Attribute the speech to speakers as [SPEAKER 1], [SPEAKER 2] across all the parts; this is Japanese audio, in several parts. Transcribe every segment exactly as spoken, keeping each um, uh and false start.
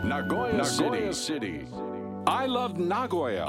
[SPEAKER 1] Nagoya City. I love Nagoya.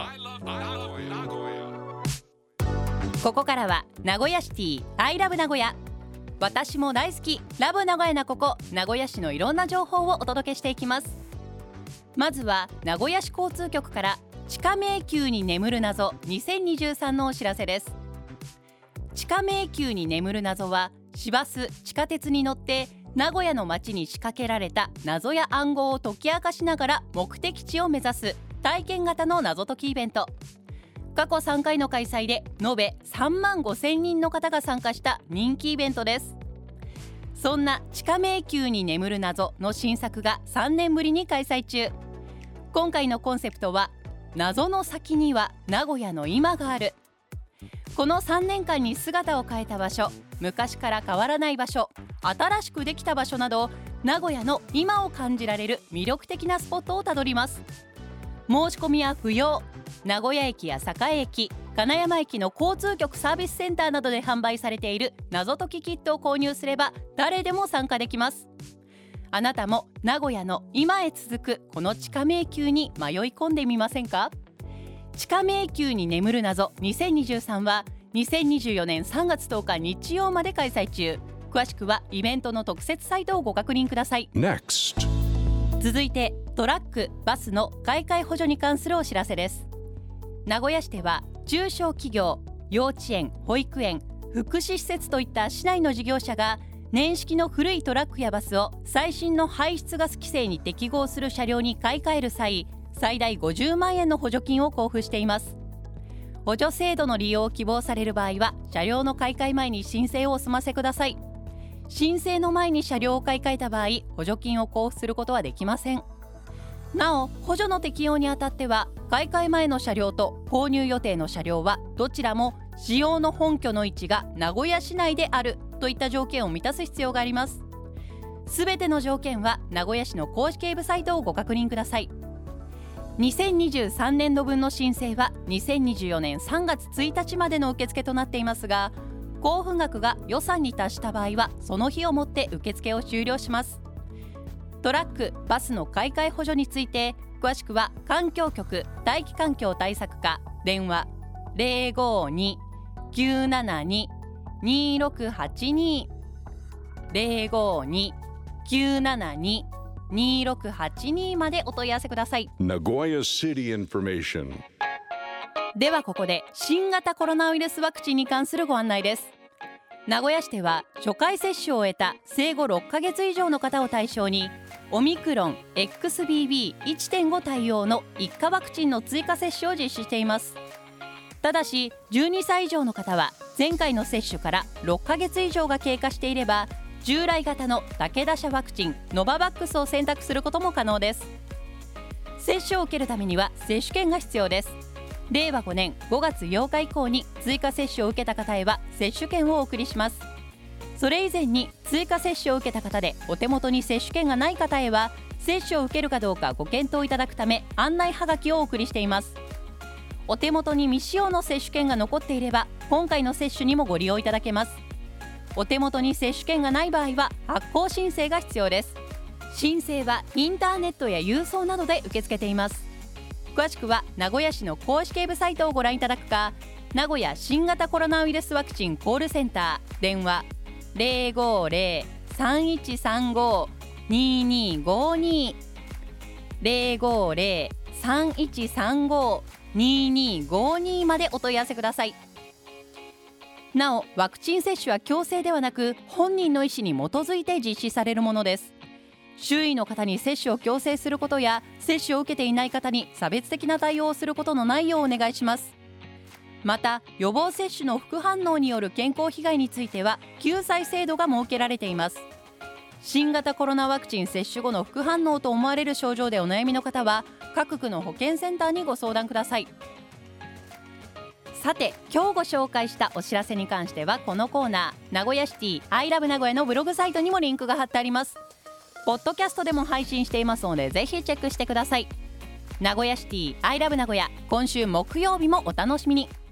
[SPEAKER 2] ここからは名古屋シティ I love 名古屋。私も大好きラブ名古屋なここ名古屋市のいろんな情報をお届けしていきます。まずは名古屋市交通局から地下迷宮に眠る謎にせんにじゅうさんのお知らせです。地下迷宮に眠る謎は市バス地下鉄に乗って名古屋の街に仕掛けられた謎や暗号を解き明かしながら目的地を目指す体験型の謎解きイベント。過去さんかいの開催で延べさんまんごせんにんの方が参加した人気イベントです。そんな地下迷宮に眠る謎の新作がさんねんぶりに開催中。今回のコンセプトは謎の先には名古屋の今がある。このさんねんかんに姿を変えた場所、昔から変わらない場所、新しくできた場所など名古屋の今を感じられる魅力的なスポットをたどります。申し込みは不要。名古屋駅や栄駅、金山駅の交通局サービスセンターなどで販売されている謎解きキットを購入すれば誰でも参加できます。あなたも名古屋の今へ続くこの地下迷宮に迷い込んでみませんか？地下迷宮に眠る謎にせんにじゅうさんはにせんにじゅうよねんさんがつとおか日曜まで開催中。詳しくはイベントの特設サイトをご確認ください。
[SPEAKER 1] Next.
[SPEAKER 2] 続いてトラック・バスの買い替え補助に関するお知らせです。名古屋市では中小企業、幼稚園、保育園、福祉施設といった市内の事業者が年式の古いトラックやバスを最新の排出ガス規制に適合する車両に買い替える際、最大ごじゅうまんえんの補助金を交付しています。補助制度の利用を希望される場合は車両の買い替え前に申請をお済ませください。申請の前に車両を買い替えた場合、補助金を交付することはできません。なお、補助の適用にあたっては買い替え前の車両と購入予定の車両はどちらも使用の本拠の位置が名古屋市内であるといった条件を満たす必要があります。すべての条件は名古屋市の公式ウェブサイトをご確認ください。にせんにじゅうさんねんどぶんの申請はにせんにじゅうよねんさんがつついたちまでの受付となっていますが、交付額が予算に達した場合はその日をもって受付を終了します。トラック・バスの買い替え補助について詳しくは環境局大気環境対策課電話 ゼロごに きゅうななに にろくはちに ゼロごに きゅうななに にろくはちに までお問い合わせください。
[SPEAKER 1] Nagoya City Information.
[SPEAKER 2] ではここで新型コロナウイルスワクチンに関するご案内です。名古屋市では初回接種を終えた生後ろっかげつ以上の方を対象にオミクロン エックスビービーいってんご 対応の一価ワクチンの追加接種を実施しています。ただしじゅうにさい以上の方は前回の接種からろっかげつ以上が経過していれば従来型の武田社ワクチンノババックスを選択することも可能です。接種を受けるためには接種券が必要です。れいわごねんごがつようか以降に追加接種を受けた方へは接種券をお送りします。それ以前に追加接種を受けた方でお手元に接種券がない方へは接種を受けるかどうかご検討いただくため案内はがきをお送りしています。お手元に未使用の接種券が残っていれば今回の接種にもご利用いただけます。お手元に接種券がない場合は発行申請が必要です。申請はインターネットや郵送などで受け付けています。詳しくは名古屋市の公式ウェブサイトをご覧いただくか、名古屋新型コロナウイルスワクチンコールセンター電話 ゼロごゼロ さんいちさんご ににごに ゼロごゼロ さんいちさんご ににごに までお問い合わせください。なお、ワクチン接種は強制ではなく本人の意思に基づいて実施されるものです。周囲の方に接種を強制することや接種を受けていない方に差別的な対応をすることのないようお願いします。また予防接種の副反応による健康被害については救済制度が設けられています。新型コロナワクチン接種後の副反応と思われる症状でお悩みの方は各区の保健センターにご相談ください。さて今日ご紹介したお知らせに関してはこのコーナー名古屋シティ I love 名古屋のブログサイトにもリンクが貼ってあります。ポッドキャストでも配信していますのでぜひチェックしてください。名古屋シティ I love 名古屋、今週木曜日もお楽しみに。